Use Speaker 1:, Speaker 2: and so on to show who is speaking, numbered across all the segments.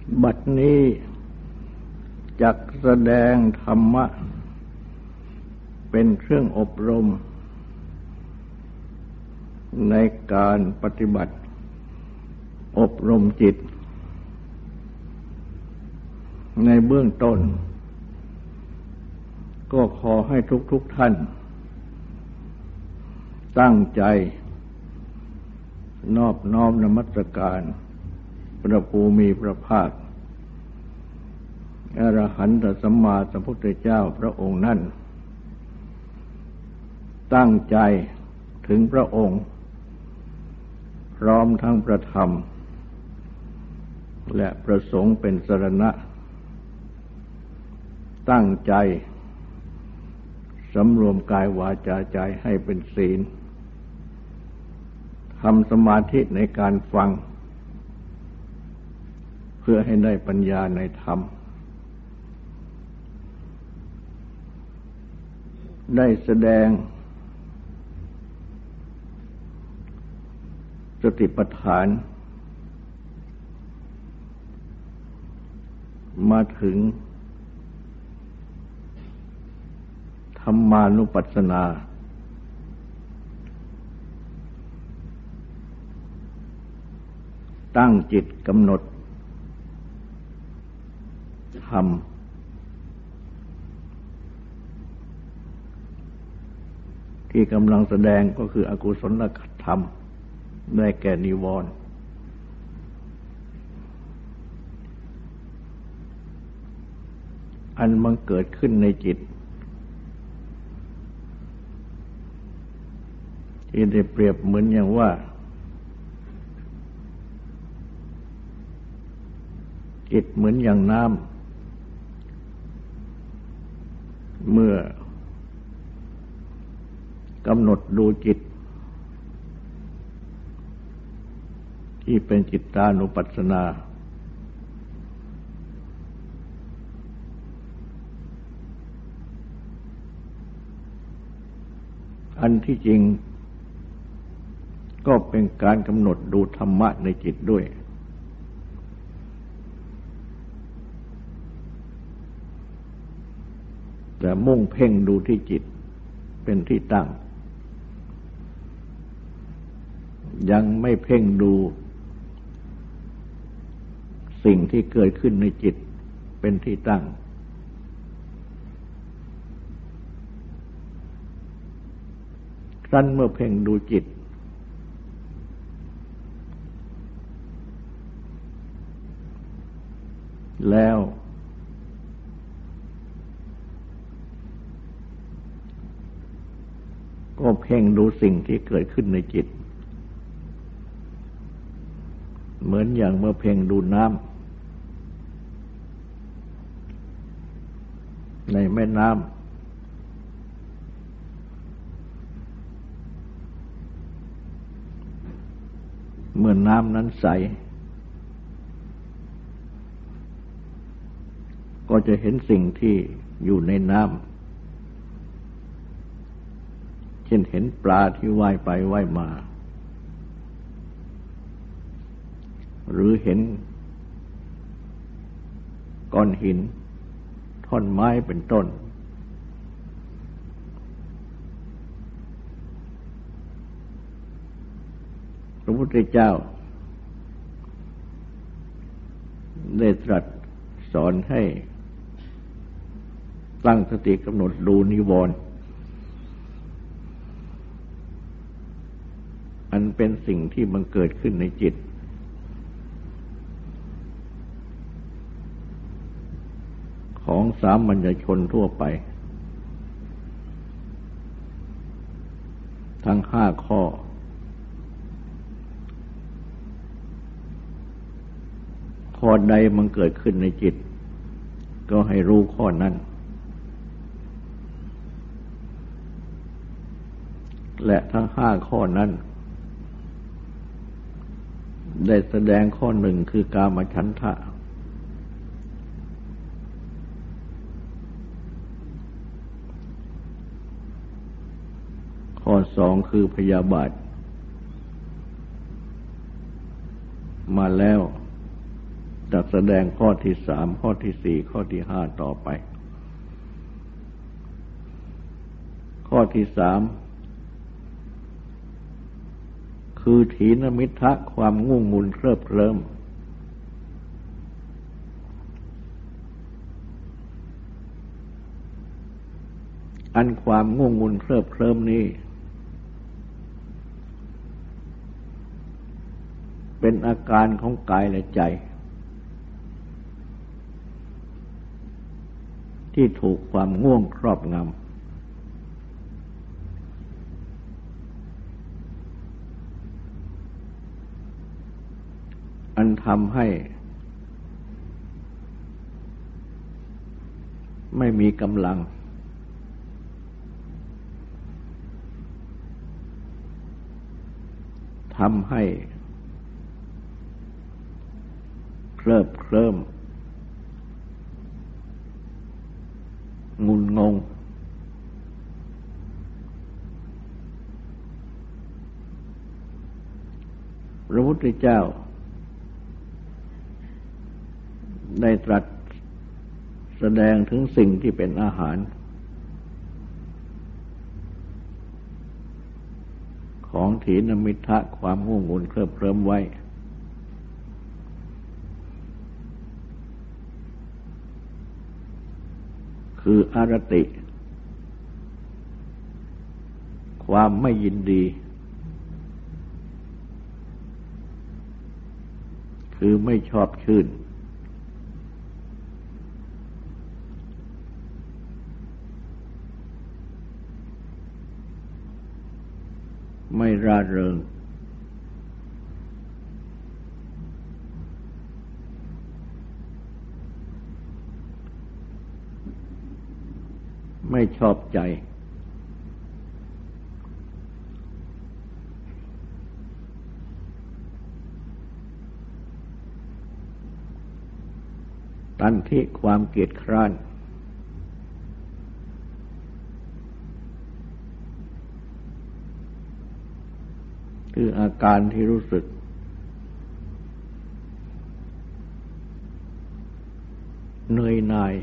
Speaker 1: บัดนี้จักแสดงธรรมะเป็นเครื่องอบรมในการปฏิบัติอบรมจิตในเบื้องต้นก็ขอให้ทุกท่านตั้งใจนอบน้อมนมัสการพระภูมิพระภาคอรหันตสัมมาสัมพุทธเจ้าพระองค์นั้นตั้งใจถึงพระองค์พร้อมทั้งพระธรรมและประสงค์เป็นสรณะตั้งใจสำรวมกายวาจาใจให้เป็นศีลทำสมาธิในการฟังเพื่อให้ได้ปัญญาในธรรมได้แสดงสติปัฏฐานมาถึงธรรมานุปัสสนาตั้งจิตกำหนดธรรมที่กำลังแสดงก็คืออกุศลธรรมได้แก่นิวรณ์อันมันเกิดขึ้นในจิตที่ได้เปรียบเหมือนอย่างว่าจิตเหมือนอย่างน้ำเมื่อกำหนดดูจิตที่เป็นจิตตานุปัสสนาอันที่จริงก็เป็นการกำหนดดูธรรมะในจิตด้วยแต่มุ่งเพ่งดูที่จิตเป็นที่ตั้งยังไม่เพ่งดูสิ่งที่เกิดขึ้นในจิตเป็นที่ตั้งครั้นเมื่อเพ่งดูจิตแล้วก็เพ่งดูสิ่งที่เกิดขึ้นในจิตเหมือนอย่างเมื่อเพ่งดูน้ำในแม่น้ำเมื่อน้ำนั้นใสก็จะเห็นสิ่งที่อยู่ในน้ำเช่นเห็นปลาที่ว่ายไปว่ายมาหรือเห็นก้อนหินท่อนไม้เป็นต้นพระพุทธเจ้าได้ตรัสสอนให้ตั้งสติกำหนดดูนิวรณ์อันเป็นสิ่งที่มันเกิดขึ้นในจิตของสามัญชนทั่วไปทั้ง5 ข้อข้อใดมันเกิดขึ้นในจิตก็ให้รู้ข้อนั้นและทั้ง5 ข้อนั้นได้แสดงข้อหนึ่งคือกามฉันทะข้อ 2คือพยาบาทมาแล้วจะแสดงข้อที่สามข้อที่สี่ข้อที่ห้าต่อไปข้อที่สามคือถีนมิทธะความงุ่นงุนเคลิบเคลิ้มอันความงุ่นงุนเคลิบเคลิ้มนี้เป็นอาการของกายและใจที่ถูกความง่วงครอบงำอันทำให้ไม่มีกำลังทำให้เคลิบเคลิ้มงุนงงพระพุทธเจ้าได้ตรัสแสดงถึงสิ่งที่เป็นอาหารของถีนมิทธะความง่วงงุนเคลิบเคลิ้มไว้คืออารติ ความไม่ยินดีคือไม่ชอบชื่นไม่ร่าเริงไม่ชอบใจตัณฑิความเกียจคร้านคืออาการที่รู้สึกเหนื่อยหน่าย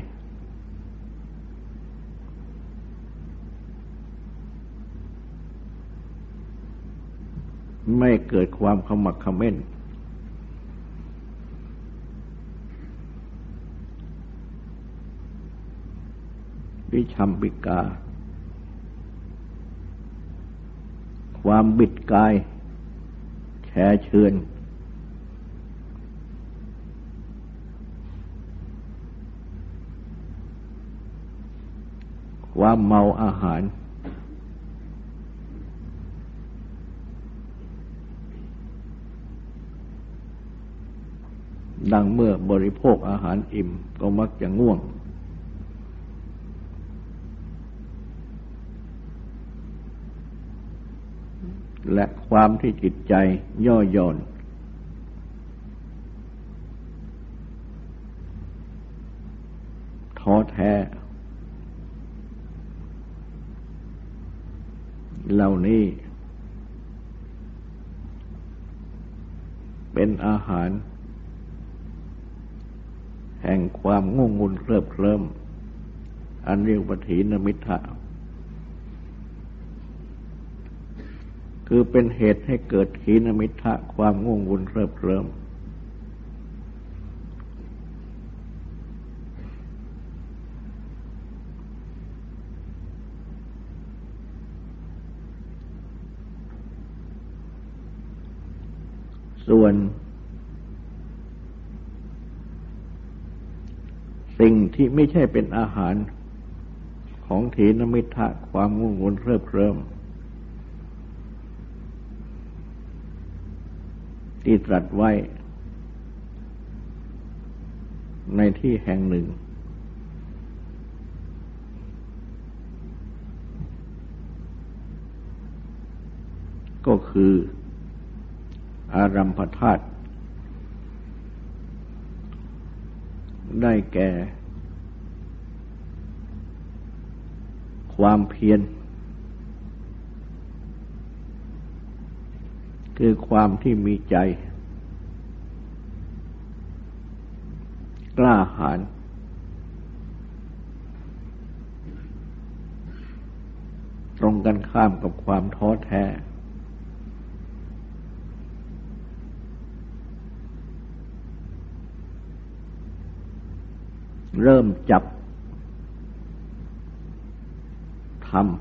Speaker 1: ไม่เกิดความขมักเขม้นวิชัมปิกาความบิดกายแฉเชือนความเมาอาหารดังเมื่อบริโภคอาหารอิ่มก็มักจะง่วงและความที่จิตใจย่อหย่อนท้อแท้เหล่านี้เป็นอาหารแห่งความง่วงงุนเคลิบเคลิ้มอันเรียกว่าถีนมิทธะคือเป็นเหตุให้เกิดถีนมิทธะความง่วงงุนเคลิบเคลิ้มส่วนสิ่งที่ไม่ใช่เป็นอาหารของถีนมิทธะความง่วงงุนเคลิบเคลิ้มที่ตรัสไว้ในที่แห่งหนึ่งก็คืออารัมภธาตุได้แก่ความเพียรคือความที่มีใจกล้าหาญตรงกันข้ามกับความท้อแท้เริ่มจับทำ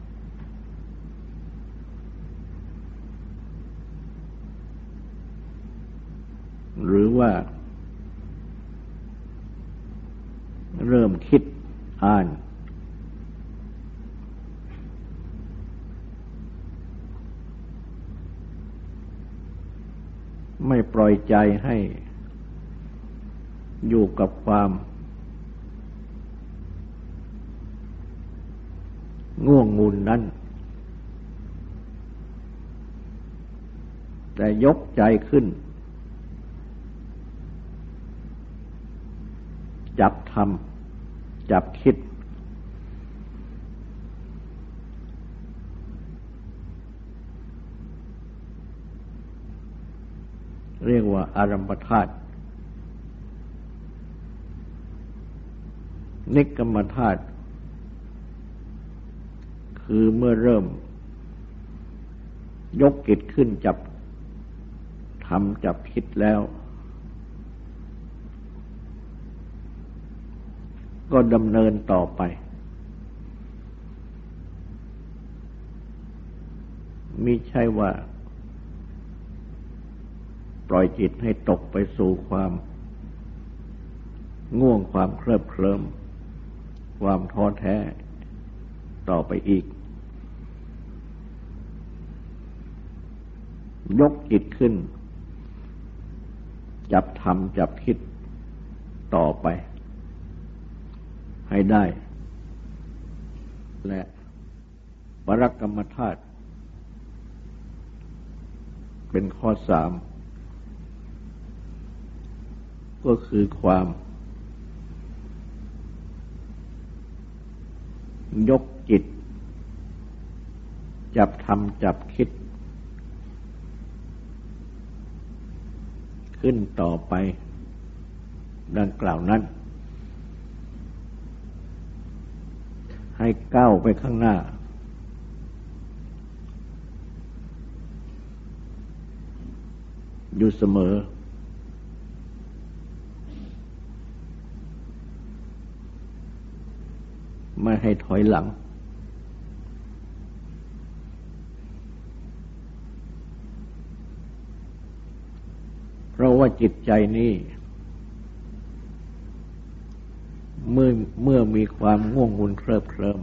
Speaker 1: หรือว่าเริ่มคิดอ่านไม่ปล่อยใจให้อยู่กับความง่วงงุนนั้นแต่ยกใจขึ้นจับทำจับคิดเรียกว่าอารัมภธาตุนิกรรมธาตุคือเมื่อเริ่มยกจิตขึ้นจับทำจับคิดแล้วก็ดำเนินต่อไปมิใช่ว่าปล่อยจิตให้ตกไปสู่ความง่วงความเคลิบเคลิ้มความท้อแท้ต่อไปอีกยกจิตขึ้นจับทำจับคิดต่อไปให้ได้และปรกรรมธาตุเป็นข้อ3ก็คือความยกจิตจับทำจับคิดขึ้นต่อไปดังกล่าวนั้นให้ก้าวไปข้างหน้าอยู่เสมอไม่ให้ถอยหลังเพราะว่าจิตใจนี้เมื่อมีความง่วงงุนเคลิบเคลิ้ม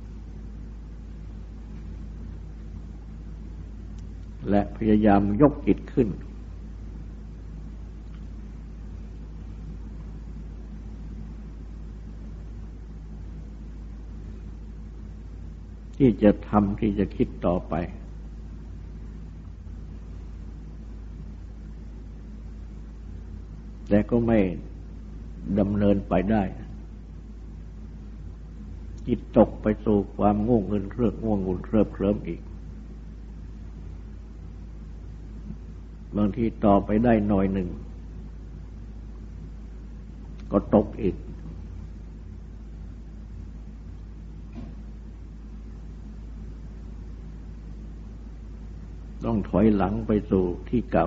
Speaker 1: และพยายามยกจิตขึ้นที่จะทำที่จะคิดต่อไปแต่ก็ไม่ดำเนินไปได้จิตตกไปสู่ความง่วงงุนเคลิบเคลิ้มอีกบางทีต่อไปได้หน่อยหนึ่งก็ตกอีกต้องถอยหลังไปสู่ที่เก่า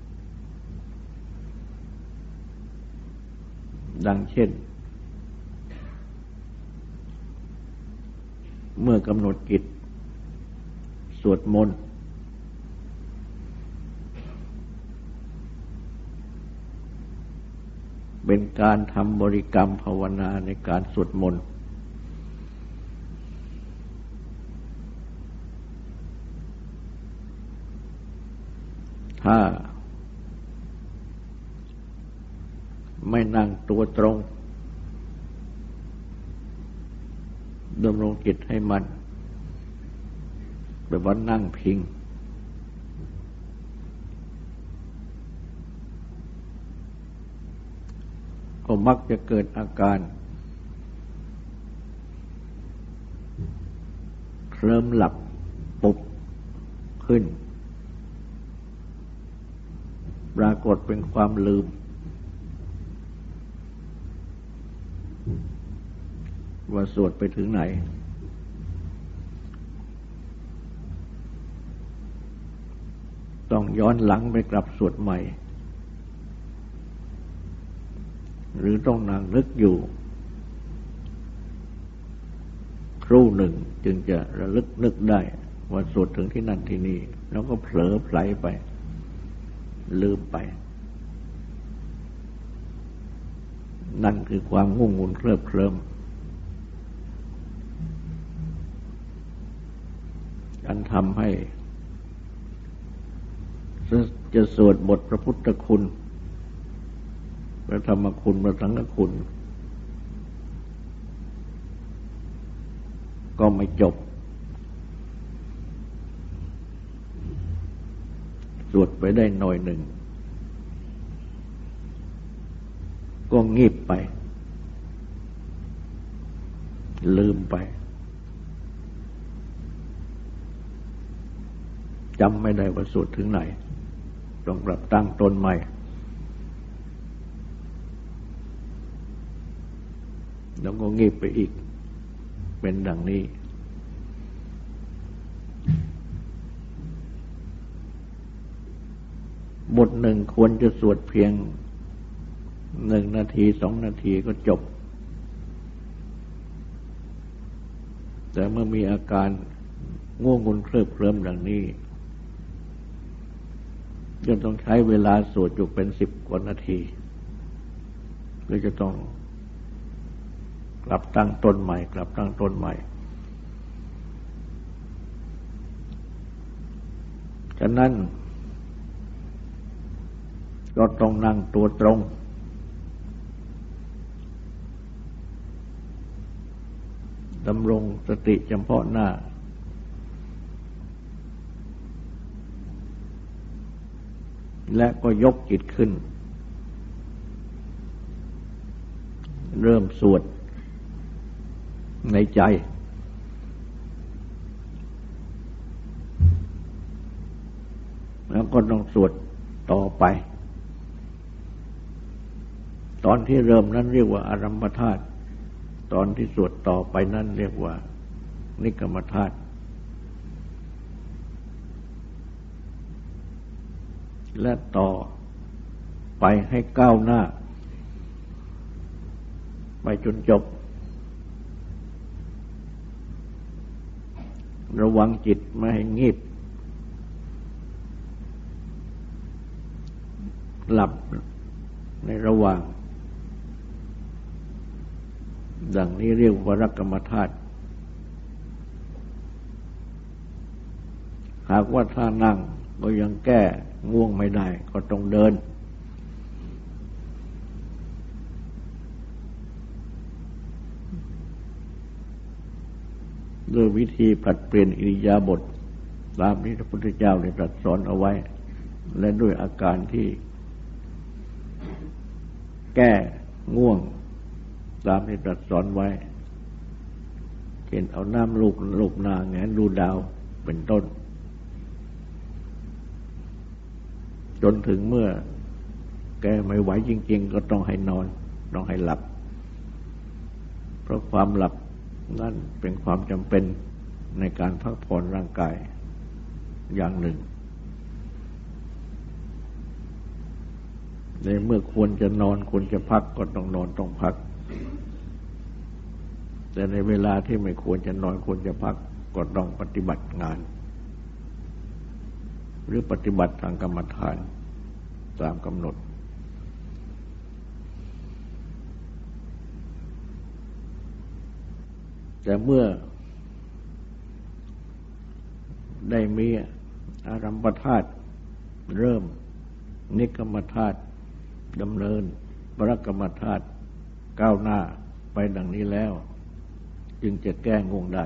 Speaker 1: ดังเช่นเมื่อกำหนดจิตสวดมนต์เป็นการทำบริกรรมภาวนาในการสวดมนต์ถ้าไม่นั่งตัวตรงดำรงจิตให้มันแบบว่านั่งพิงก็มักจะเกิดอาการเคลิ้มหลับปุบขึ้นปรากฏเป็นความลืมว่าสวดไปถึงไหนต้องย้อนหลังไปกลับสวดใหม่หรือต้องนั่งนึกอยู่ครู่หนึ่งจึงจะระลึกนึกได้ว่าสวดถึงที่นั่นที่นี่แล้วก็เผลอไผลไปลืมไปนั่นคือความงุ่นงุนเคลิบเคลิ้มอันทำให้จะสวดบทพระพุทธคุณพระธรรมคุณพระสังฆคุณก็ไม่จบสวดไปได้หน่อยหนึ่งก็งีบไปลืมไปจำไม่ได้ว่าสวดถึงไหนต้องกลับตั้งต้นใหม่แล้วก็งีบไปอีกเป็นดังนี้บทหนึ่งควรจะสวดเพียง1 นาที2 นาทีก็จบแต่เมื่อมีอาการง่วงงุนเคลิบเคลิ้มดังนี้จะต้องใช้เวลาสวดอยู่เป็น10 กว่านาทีก็จะต้องกลับตั้งต้นใหม่กลับตั้งต้นใหม่ฉะนั้นก็ต้องนั่งตัวตรงดำรงสติเฉพาะหน้าและก็ยกจิตขึ้นเริ่มสวดในใจแล้วก็ต้องสวดต่อไปตอนที่เริ่มนั้นเรียกว่าอารัมภธาตุตอนที่สวดต่อไปนั้นเรียกว่านิกรรมธาตุและต่อไปให้ก้าวหน้าไปจนจบระวังจิตไม่ให้งีบหลับในระหว่างดังนี้เรียกว่าวรกรรมธาตุหากว่าถ้านั่งก็ยังแก้ง่วงไม่ได้ก็ต้องเดินด้วยวิธีผลัดเปลี่ยนอิริยาบถตามที่พระพุทธเจ้าได้ตรัสสอนเอาไว้และด้วยอาการที่แก้ง่วงตามที่ตรัสสอนไว้เช่นเอาน้ำลูบหน้าแงนดูดาวเป็นต้นจนถึงเมื่อแก้ไม่ไหวจริงๆก็ต้องให้นอนต้องให้หลับเพราะความหลับนั่นเป็นความจำเป็นในการพักผ่อนร่างกายอย่างหนึ่งในเมื่อควรจะนอนควรจะพักก็ต้องนอนต้องพักแต่ในเวลาที่ไม่ควรจะนอนควรจะพักก็ต้องปฏิบัติงานหรือปฏิบัติทางกรรมฐานตามกำหนดแต่เมื่อได้มีอารัมภธาตุเริ่มนิกรรมธาตุดำเนินวรกรรมธาตุก้าวหน้าไปดังนี้แล้วจึงจะแก้ง่วงได้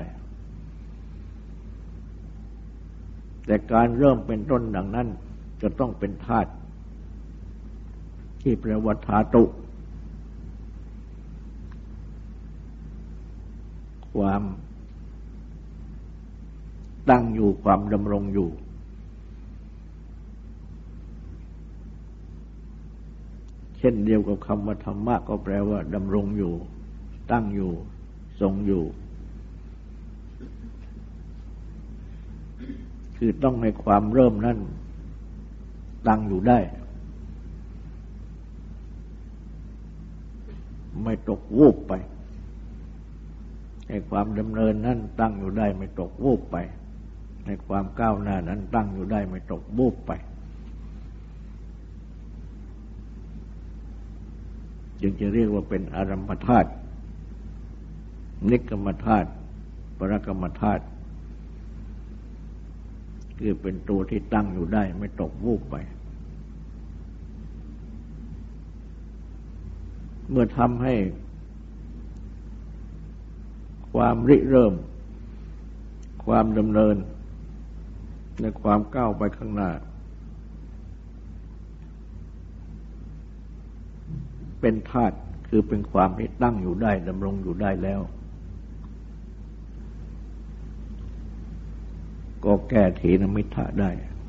Speaker 1: แต่การเริ่มเป็นต้นดังนั้นจะต้องเป็นธาตุที่แปลว่าธาตุความตั้งอยู่ความดำรงอยู่เช่นเดียวกับคำว่าธรรมะก็แปลว่าดำรงอยู่ตั้งอยู่ทรงอยู่คือต้องให้ความเริ่มนั้นตั้งอยู่ได้ไม่ตกวูบไปให้ความดำเนินนั้นตั้งอยู่ได้ไม่ตกวูบไปให้ความก้าวหน้านั้นตั้งอยู่ได้ไม่ตกวูบไปจึงจะเรียกว่าเป็นอารัมภธาตุนิกรรมธาตุปรกรรมธาตุคือเป็นตัวที่ตั้งอยู่ได้ไม่ตกวูบไปเมื่อทำให้ความริเริ่มความดำเนินในความก้าวไปข้างหน้าเป็นธาตุคือเป็นความที่ตั้งอยู่ได้ดำรงอยู่ได้แล้วก็แก้ถีนมิทธะได้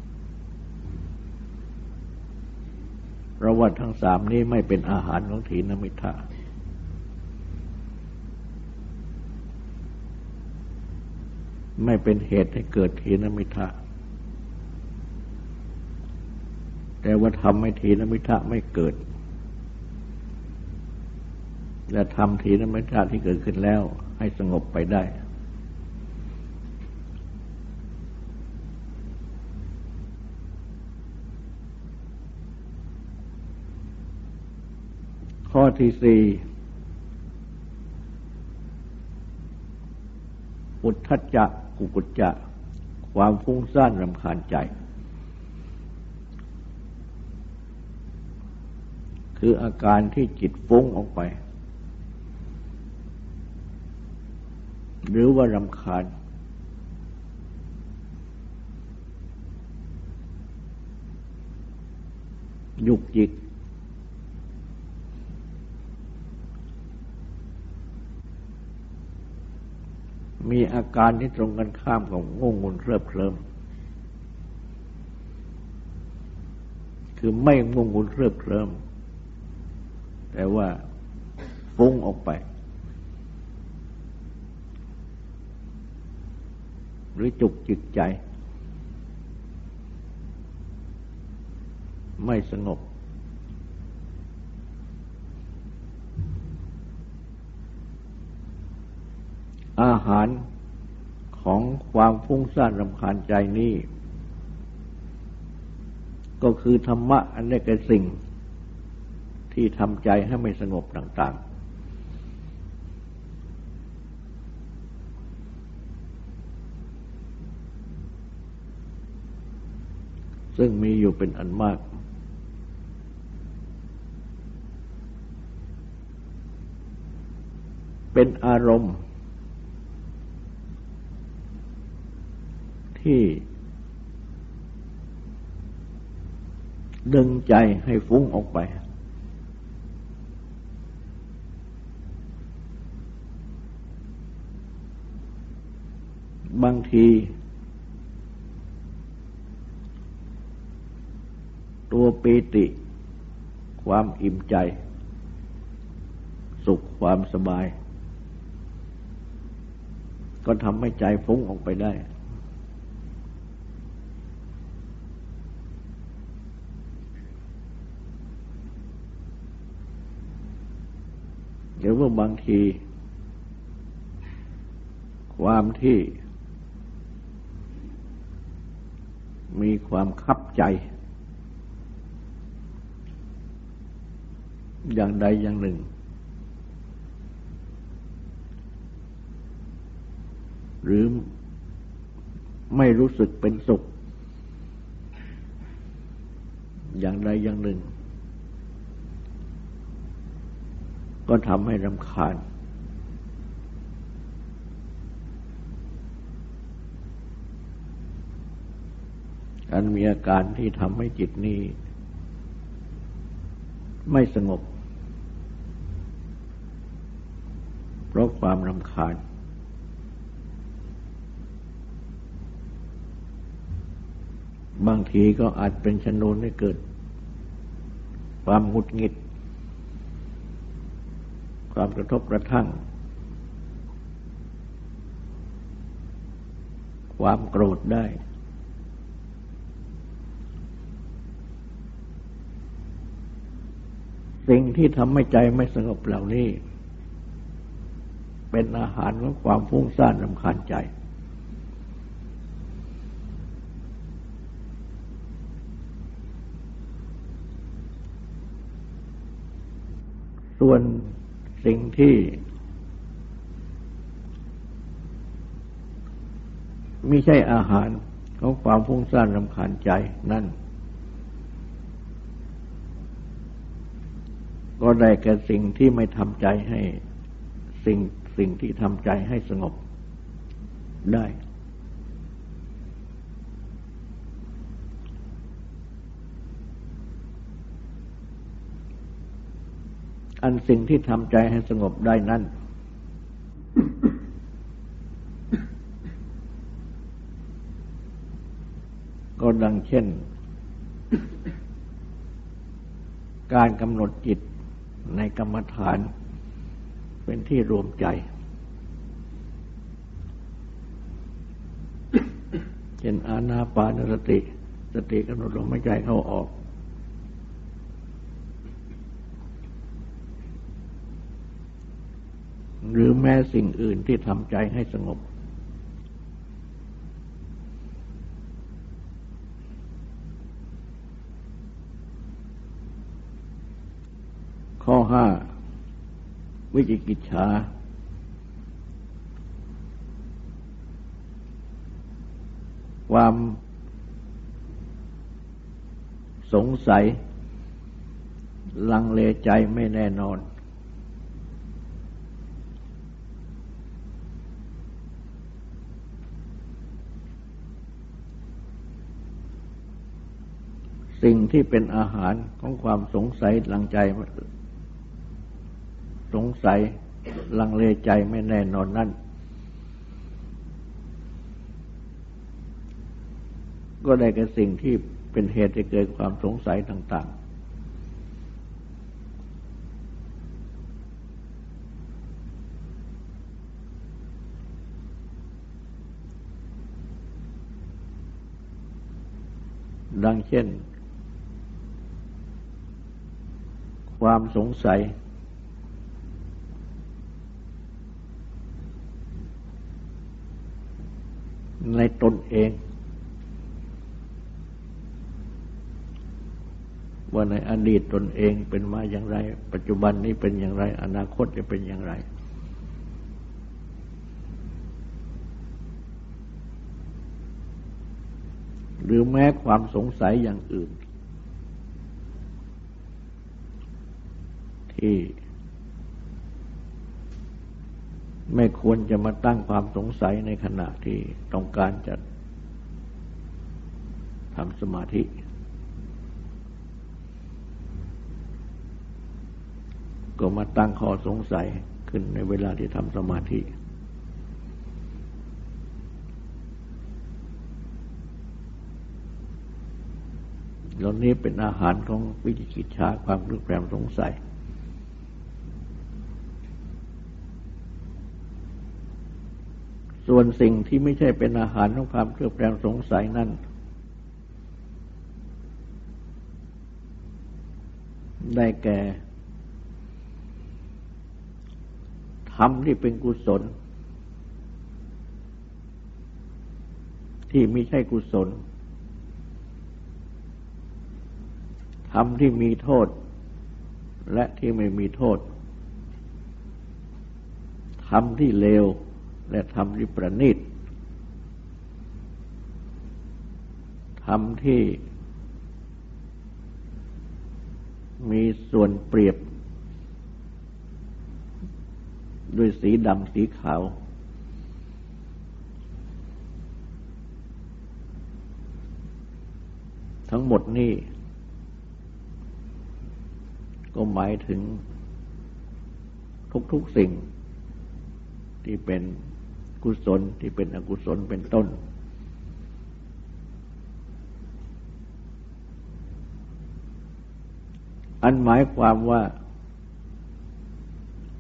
Speaker 1: เพราะว่าทั้งสามนี้ไม่เป็นอาหารของถีนมิทธะไม่เป็นเหตุให้เกิดถีนมิทธะแต่ว่าทำให้ถีนมิทธะไม่เกิดและทำถีนมิทธะที่เกิดขึ้นแล้วให้สงบไปได้ข้อที่สี่อุทธัจจะกุกุจจะความฟุ้งซ่านรำคาญใจคืออาการที่จิตฟุ้งออกไปหรือว่ารำคาญยุกยิกมีอาการที่ตรงกันข้ามกับง่วงงุนเคลิบเคลิ้มคือไม่ง่วงงุนเคลิบเคลิ้มแต่ว่าฟุ้งออกไปหรือจุกจิกใจไม่สงบอาหารของความฟุ้งซ่านรำคาญใจนี้ก็คือธรรมะอันนี้เป็นสิ่งที่ทำใจให้ไม่สงบต่างๆซึ่งมีอยู่เป็นอันมากเป็นอารมณ์ที่ดึงใจให้ฟุ้งออกไปบางทีตัวปีติความอิ่มใจสุขความสบายก็ทำให้ใจฟุ้งออกไปได้หรือว่าบางทีความที่มีความคับใจอย่างใดอย่างหนึ่งหรือไม่รู้สึกเป็นสุขอย่างใดอย่างหนึ่งก็ทำให้รำคาญการมีอาการที่ทำให้จิตนี้ไม่สงบเพราะความรำคาญบางทีก็อาจเป็นชนวนให้เกิดความหงุดหงิดความกระทบกระทั่งความโกรธได้สิ่งที่ทำให้ใจไม่สงบเหล่านี้เป็นอาหารของความฟุ้งซ่านรำคาญใจส่วนสิ่งที่ไม่ใช่อาหารของความฟุ้งซ่านรำคาญใจนั่นก็ได้แก่สิ่งที่ไม่ทำใจให้สิ่งที่ทำใจให้สงบได้อันสิ่งที่ทำใจให้สงบได้นั้นก็ดังเช่นการกำหนดจิตในกรรมฐานเป็นที่รวมใจเช่นอานาปานสติกำหนดลมหายใจเข้าออกหรือแม้สิ่งอื่นที่ทำใจให้สงบข้อ5วิจิกิจฉาความสงสัยลังเลใจไม่แน่นอนสิ่งที่เป็นอาหารของความสงสัยลังใจสงสัยลังเลใจไม่แน่นอนนั่นก็ได้แก่สิ่งที่เป็นเหตุให้เกิดความสงสัยต่างๆดังเช่นความสงสัยในตนเองว่าในอดีตตนเองเป็นมาอย่างไรปัจจุบันนี้เป็นอย่างไรอนาคตจะเป็นอย่างไรหรือแม้ความสงสัยอย่างอื่นที่ไม่ควรจะมาตั้งความสงสัยในขณะที่ต้องการจะทำสมาธิก็มาตั้งข้อสงสัยขึ้นในเวลาที่ทำสมาธิเหล่านี้เป็นอาหารของวิจิกิจฉาความคลืบแคลงสงสัยส่วนสิ่งที่ไม่ใช่เป็นอาหารของความเคลือบแคลงสงสัยนั้นได้แก่ธรรมที่เป็นกุศลที่ไม่ใช่กุศลธรรมที่มีโทษและที่ไม่มีโทษธรรมที่เลวและธรรมที่ประณีตธรรมที่มีส่วนเปรียบด้วยสีดำสีขาวทั้งหมดนี้ก็หมายถึงทุกๆสิ่งที่เป็นกุศลที่เป็นอกุศลเป็นต้นอันหมายความว่า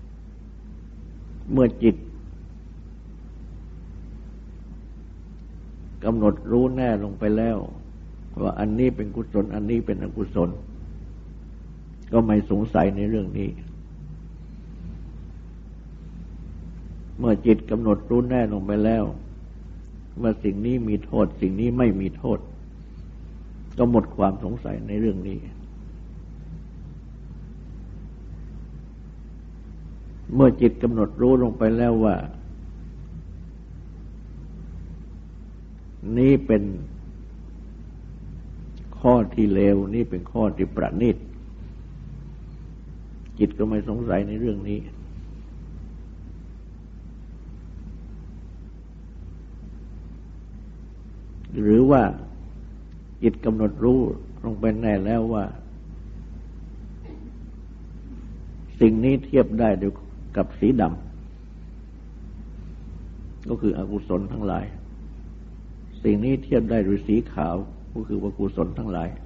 Speaker 1: เมื่อจิตกำหนดรู้แน่ลงไปแล้วว่าอันนี้เป็นกุศลอันนี้เป็นอกุศลก็ไม่สงสัยในเรื่องนี้เมื่อจิตกำหนดรู้แน่ลงไปแล้วว่าสิ่งนี้มีโทษสิ่งนี้ไม่มีโทษก็หมดความสงสัยในเรื่องนี้เมื่อจิตกำหนดรู้ลงไปแล้วว่านี้เป็นข้อที่เลวนี่เป็นข้อที่ประณีตจิตก็ไม่สงสัยในเรื่องนี้หรือว่าจิตกำหนดรู้ลงไปแน่แล้วว่าสิ่งนี้เทียบได้ด้วยกับสีดำก็คืออกุศลทั้งหลายสิ่งนี้เทียบได้ด้วยสีขาวก็คืออกุศลทั้งหลาย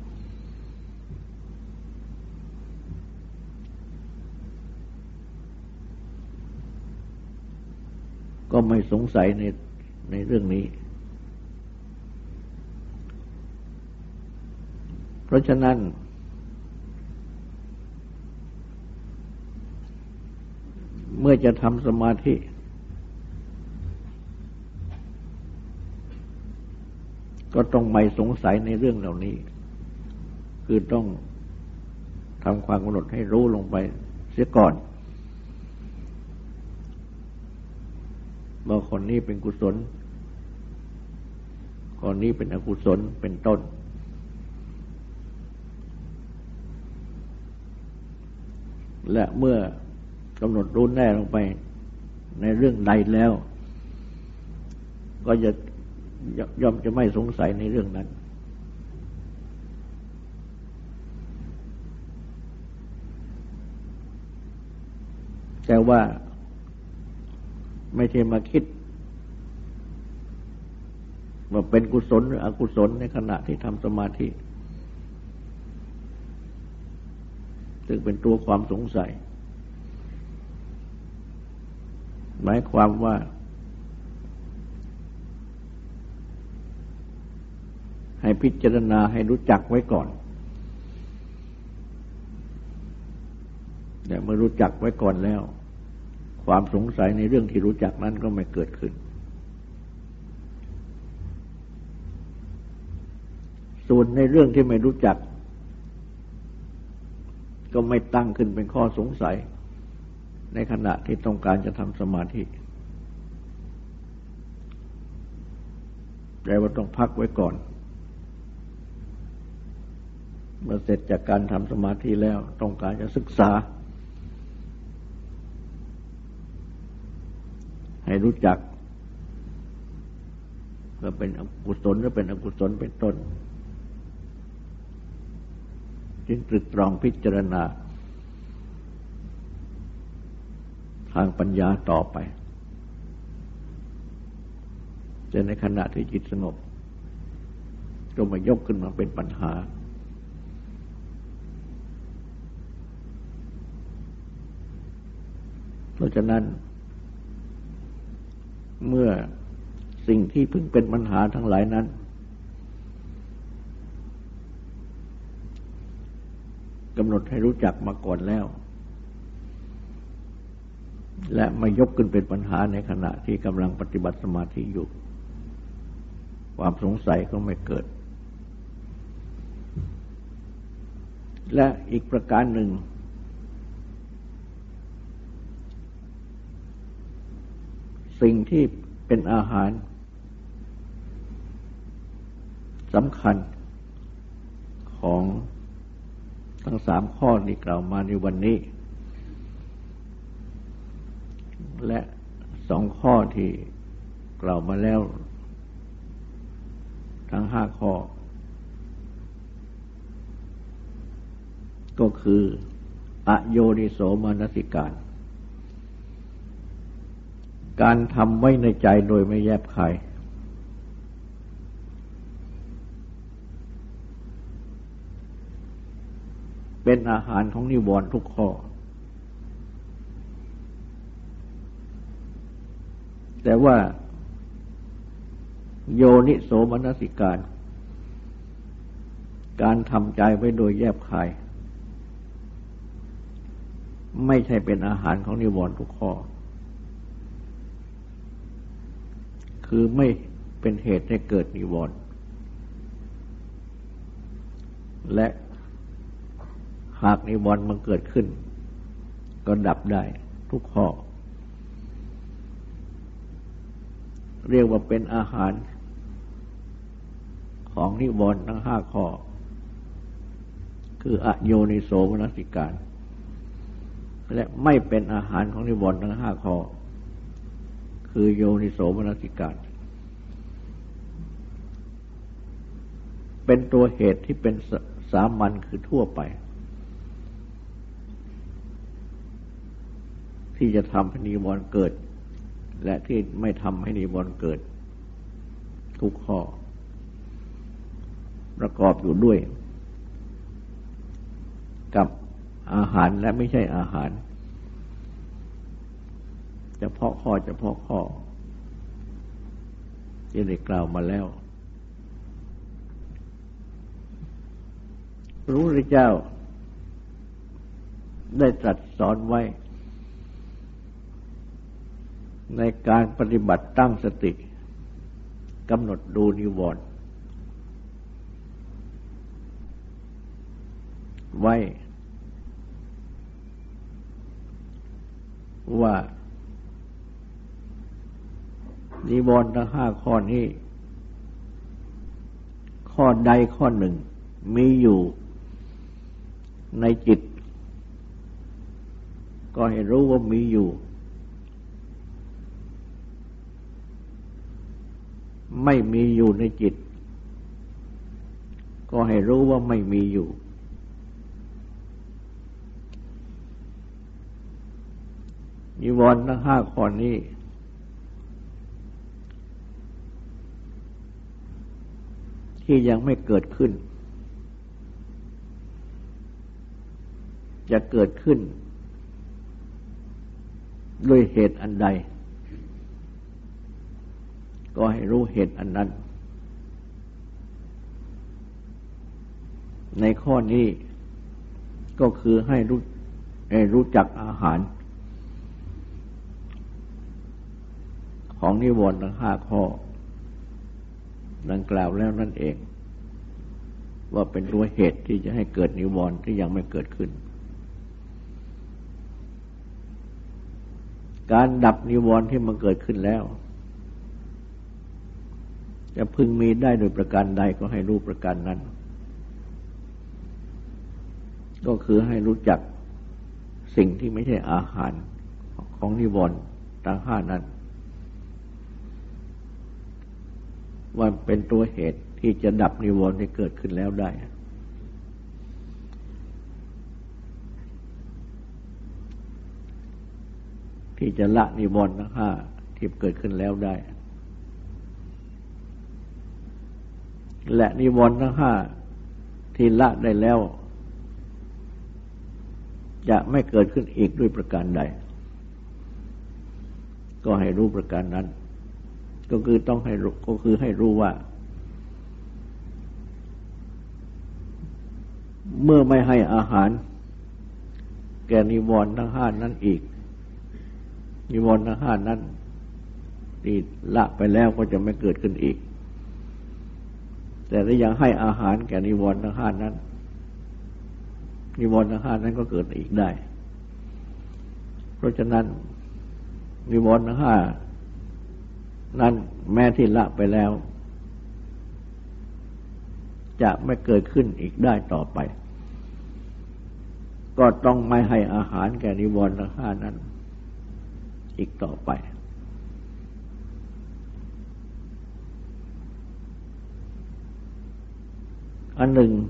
Speaker 1: ก็ไม่สงสัยในเรื่องนี้เพราะฉะนั้นเมื่อจะทำสมาธิก็ต้องไม่สงสัยในเรื่องเหล่านี้คือต้องทำความกำหนดให้รู้ลงไปเสียก่อนว่าคนนี้เป็นกุศลคนนี้เป็นอกุศลเป็นต้นและเมื่อกำหนดรู้แน่ลงไปในเรื่องใดแล้วก็ย่อมจะไม่สงสัยในเรื่องนั้นแต่ว่าไม่ใช่มาคิดว่าเป็นกุศลหรืออกุศลในขณะที่ทำสมาธิซึ่งเป็นตัวความสงสัยหมายความว่าให้พิจารณาให้รู้จักไว้ก่อนแต่เมื่อรู้จักไว้ก่อนแล้วความสงสัยในเรื่องที่รู้จักนั้นก็ไม่เกิดขึ้นส่วนในเรื่องที่ไม่รู้จักก็ไม่ตั้งขึ้นเป็นข้อสงสัยในขณะที่ต้องการจะทำสมาธิแต่ว่าต้องพักไว้ก่อนเมื่อเสร็จจากการทำสมาธิแล้วต้องการจะศึกษาให้รู้จักว่าเป็นอกุศลหรือเป็นอกุศลเป็นต้นจึงตรึกตรองพิจารณาทางปัญญาต่อไปแต่ในขณะที่จิตสงบก็มายกขึ้นมาเป็นปัญหาเพราะฉะนั้นเมื่อสิ่งที่เพิ่งเป็นปัญหาทั้งหลายนั้นกำหนดให้รู้จักมาก่อนแล้วและไม่ยกขึ้นเป็นปัญหาในขณะที่กำลังปฏิบัติสมาธิอยู่ความสงสัยก็ไม่เกิดและอีกประการหนึ่งสิ่งที่เป็นอาหารสำคัญของทั้ง3ข้อที่กล่าวมาในวันนี้และ2ข้อที่กล่าวมาแล้วทั้ง5ข้อก็คืออโยนิโสมนสิการการทำไว้ในใจโดยไม่แยบคายเป็นอาหารของนิวรณ์ทุกข้อแต่ว่าโยนิโสมนสิการการทำใจไว้โดยแยบคายไม่ใช่เป็นอาหารของนิวรณ์ทุกข้อคือไม่เป็นเหตุให้เกิดนิวรณ์และหากนิวรณ์มันเกิดขึ้นก็ดับได้ทุกข้อเรียกว่าเป็นอาหารของนิวรณ์ทั้งห้าข้อคืออโยนิโสมนสิการและไม่เป็นอาหารของนิวรณ์ทั้งห้าข้อคือโยนิโสมนสิการเป็นตัวเหตุที่เป็นสามัญคือทั่วไปที่จะทำให้นิวรณ์เกิดและที่ไม่ทำให้นิวรณ์เกิดทุกข้อประกอบอยู่ด้วยกับอาหารและไม่ใช่อาหารเฉพาะข้อที่ได้กล่าวมาแล้วพระพุทธเจ้าได้ตรัสสอนไว้ในการปฏิบัติตั้งสติกำหนดดูนิวรณ์ไว้ว่านิวรณ์ทั้งห้าข้อนี้ข้อใดข้อหนึ่งมีอยู่ในจิตก็ให้รู้ว่ามีอยู่ไม่มีอยู่ในจิตก็ให้รู้ว่าไม่มีอยู่นิวรณ์ทั้งห้าข้อนี้ที่ยังไม่เกิดขึ้นจะเกิดขึ้นด้วยเหตุอันใดก็ให้รู้เหตุอันนั้นในข้อนี้ก็คือให้รู้จักอาหารของนิวรณ์ทั้งห้าข้อดังกล่าวแล้วนั่นเองว่าเป็นตัวเหตุที่จะให้เกิดนิวรณ์ที่ยังไม่เกิดขึ้นการดับนิวรณ์ที่มันเกิดขึ้นแล้วจะพึงมีได้โดยประการใดก็ให้รู้ประการนั้นก็คือให้รู้จักสิ่งที่ไม่ใช่อาหารของนิวรณ์ทั้งห้านั้นว่าเป็นตัวเหตุที่จะดับนิวรณ์ที่เกิดขึ้นแล้วได้ที่จะละนิวรณ์ทั้งห้าที่เกิดขึ้นแล้วได้และนิวรณ์ทั้งห้าที่ละได้แล้วจะไม่เกิดขึ้นอีกด้วยประการใดก็ให้รู้ประการนั้นก็คือต้องให้รู้ก็คือให้รู้ว่าเมื่อไม่ให้อาหารแก่นิวรณ์ทั้งห้านั้นอีกนิวรณ์ทั้งห้านั้นที่ละไปแล้วก็จะไม่เกิดขึ้นอีกแต่ถ้ายังให้อาหารแก่นิวรณ์ทั้งห้านั้นนิวรณ์ทั้งห้านั้นก็เกิดอีกได้เพราะฉะนั้นนิวรณ์ทั้งห้านั้นแม้ที่ละไปแล้วจะไม่เกิดขึ้นอีกได้ต่อไปก็ต้องไม่ให้อาหารแก่นิวรณ์ทั้งห้านั้นอีกต่อไปอันหนึ่ง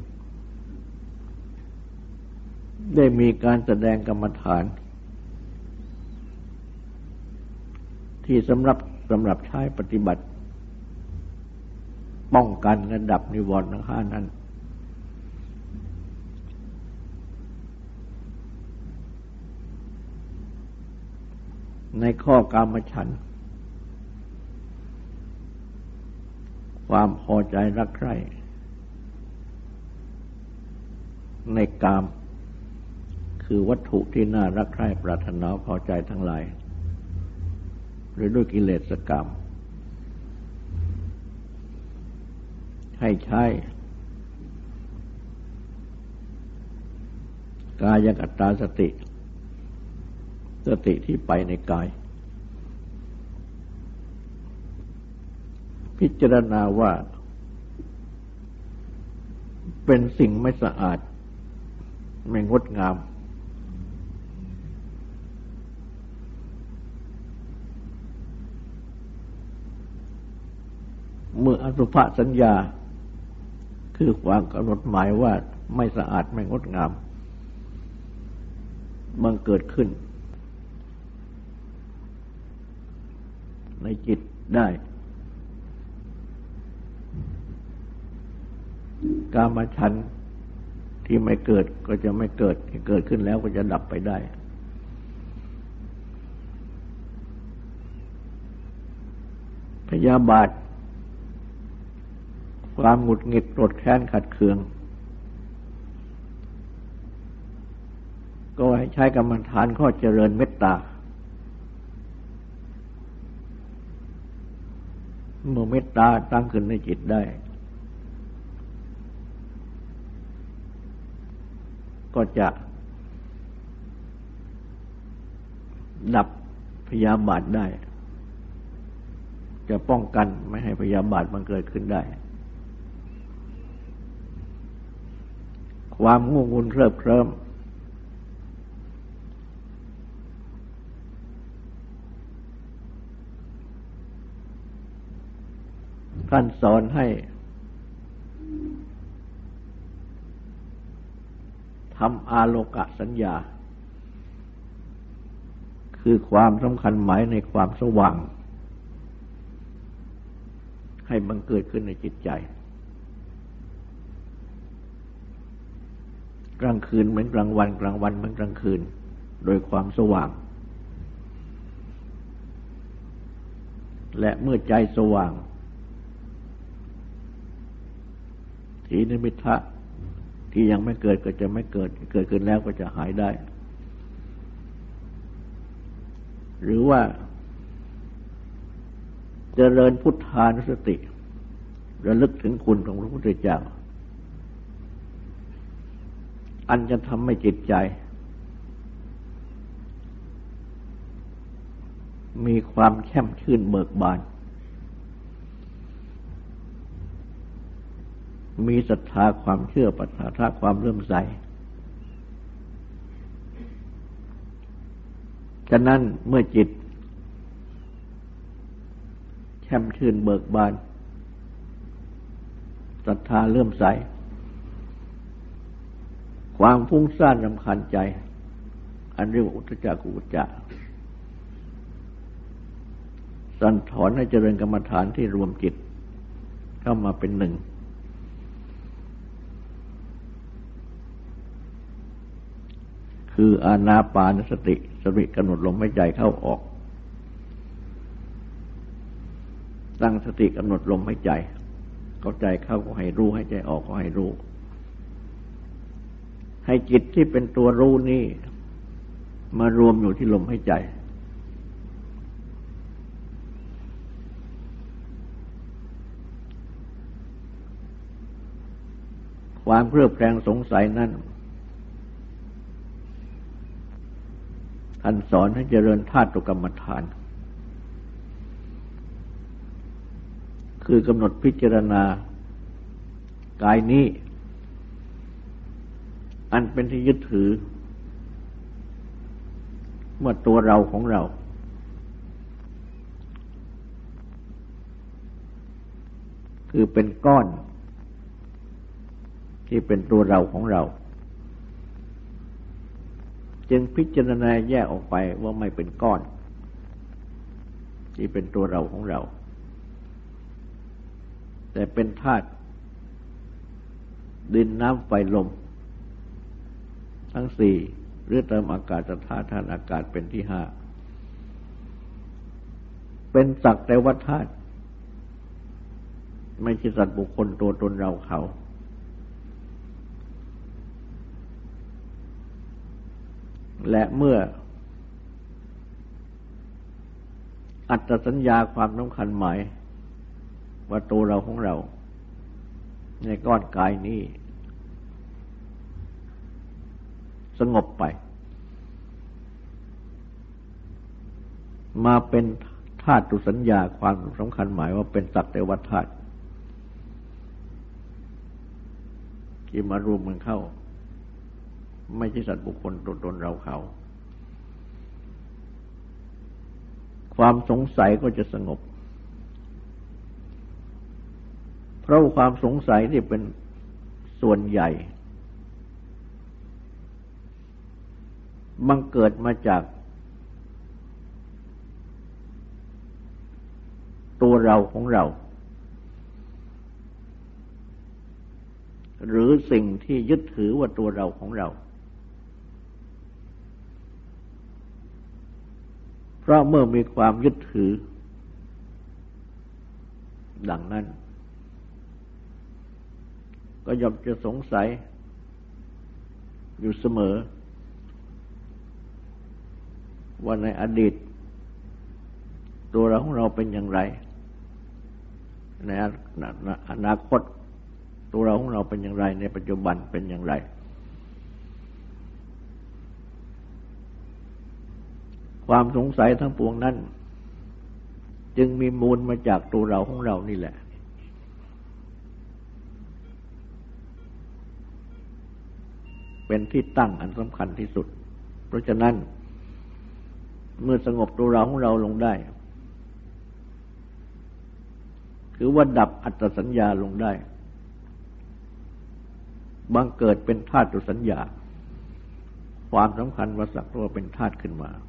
Speaker 1: ได้มีการแสดงกรรมฐานที่สำหรับใช้ปฏิบัติป้องกันและดับนิวรณ์ทั้งห้านั้นในข้อกามฉันท์ความพอใจรักใคร่ในกามคือวัตถุที่น่ารักใคร่ปรารถนาพอใจทั้งหลายหรือด้วยกิเลสกรรมให้ใช้กายกัตตาสติที่ไปในกายพิจารณาว่าเป็นสิ่งไม่สะอาดไม่งดงามเมื่ออสุภสัญญาคือความกำหนดหมายว่าไม่สะอาดไม่งดงามบังเกิดขึ้นในจิตได้กามฉันท์ที่ไม่เกิดก็จะไม่เกิดเกิดขึ้นแล้วก็จะดับไปได้พยาบาทความหงุดหงิดโกรธแค้นขัดเคืองก็ให้ใช้กรรมฐานข้อเจริญเมตตาเมื่อเมตตาตั้งขึ้นในจิตได้ก็จะดับพยาบาทได้จะป้องกันไม่ให้พยาบาทมันเกิดขึ้นได้ความง่วงงุนเคลิบเคลิ้มท่านสอนให้ทำอาโลกสัญญาคือความสำคัญหมายในความสว่างให้บังเกิดขึ้นในจิตใจกลางคืนเหมือนกลางวันกลางวันเหมือนกลางคืนโดยความสว่างและเมื่อใจสว่างถีนมิทธะที่ยังไม่เกิดก็จะไม่เกิดเกิดขึ้นแล้วก็จะหายได้หรือว่าเจริญพุทธานุสติระลึกถึงคุณของพระพุทธเจ้าอันจะทำให้จิตใจมีความแช่มชื่นเบิกบานมีศรัทธาความเชื่อปัจฉาความเลื่อมใสฉะนั้นเมื่อจิตแช่มชื่นเบิกบานศรัทธาเลื่อมใสความฟุ้งซ่านรำคาญใจอันเรียกว่าอุทธัจจกุกุจจะสั่นถอนให้เจริญกรรมฐานที่รวมจิตเข้ามาเป็นหนึ่งคืออานาปานสติกำหนดลมหายใจเข้าออกตั้งสติกำหนดลมหายใจเข้าใจเข้าก็ให้รู้ให้ใจออกก็ให้รู้ให้จิตที่เป็นตัวรู้นี่มารวมอยู่ที่ลมหายใจความเครือบแคลงสงสัยนั้นท่านสอนให้เจริญธาตุกรรมฐานคือกำหนดพิจารณากายนี้อันเป็นที่ยึดถือว่าตัวเราของเราคือเป็นก้อนที่เป็นตัวเราของเราจึงพิจารณาแยกออกไปว่าไม่เป็นก้อนที่เป็นตัวเราของเราแต่เป็นธาตุดินน้ำไฟลมทั้งสี่หรือเติมอากาศธาตุธาตุอากาศเป็นที่ห้าเป็นสักแต่ว่าธาตุไม่ใช่สัตว์บุคคลตัวตนเราเขาและเมื่ออัตตสัญญาความสำคัญหมายว่าตัวเราของเราในก้อนกายนี้สงบไปมาเป็นธาตุสัญญาความสำคัญหมายว่าเป็นสักแต่ว่าธาตุที่มารวมกันเข้าไม่ใช่สัตว์บุคคลตัวตนเราเขาความสงสัยก็จะสงบเพราะความสงสัยที่เป็นส่วนใหญ่มันเกิดมาจากตัวเราของเราหรือสิ่งที่ยึดถือว่าตัวเราของเราเพราะเมื่อมีความยึดถือดังนั้นก็ย่อมจะสงสัยอยู่เสมอว่าในอดีตตัวเราของเราเป็นอย่างไรในอนาคตตัวเราของเราเป็นอย่างไรในปัจจุบันเป็นอย่างไรความสงสัยทั้งปวงนั้นจึงมีมูลมาจากตัวเราของเรานี่แหละเป็นที่ตั้งอันสำคัญที่สุดเพราะฉะนั้นเมื่อสงบตัวเราของเราลงได้คือว่าดับอัตตสัญญาลงได้บังเกิดเป็นธาตุสัญญาความสำคัญว่าสักตัวเป็นธาตุขึ้นมา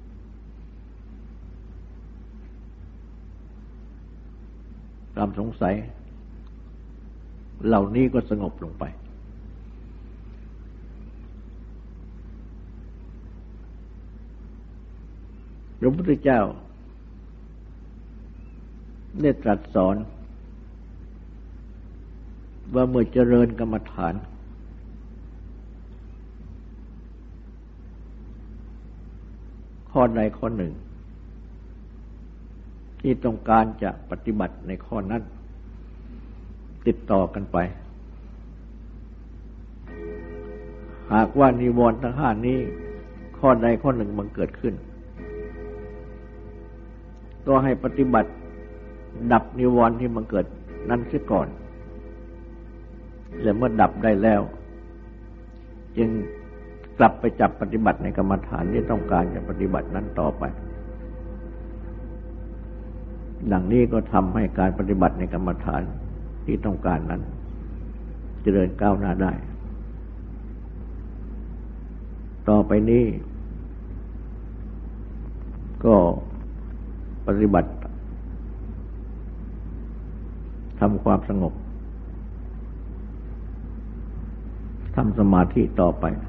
Speaker 1: ความสงสัยเหล่านี้ก็สงบลงไปพระพุทธเจ้าได้ตรัสสอนว่าเมื่อเจริญกรรมฐานข้อใดข้อหนึ่งที่ต้องการจะปฏิบัติในข้อนั้นติดต่อกันไปหากว่านิวรณ์ทั้งห้านี้ข้อใดข้อหนึ่งมันเกิดขึ้นก็ให้ปฏิบัติดับนิวรณ์ที่มันเกิดนั้นเสียก่อนและเมื่อดับได้แล้วจึงกลับไปจับปฏิบัติในกรรมฐานที่ต้องการจะปฏิบัตินั้นต่อไปดังนี้ก็ทำให้การปฏิบัติในกรรมฐานที่ต้องการนั้นเจริญก้าวหน้าได้ต่อไปนี้ก็ปฏิบัติทำความสงบทำสมาธิต่อไป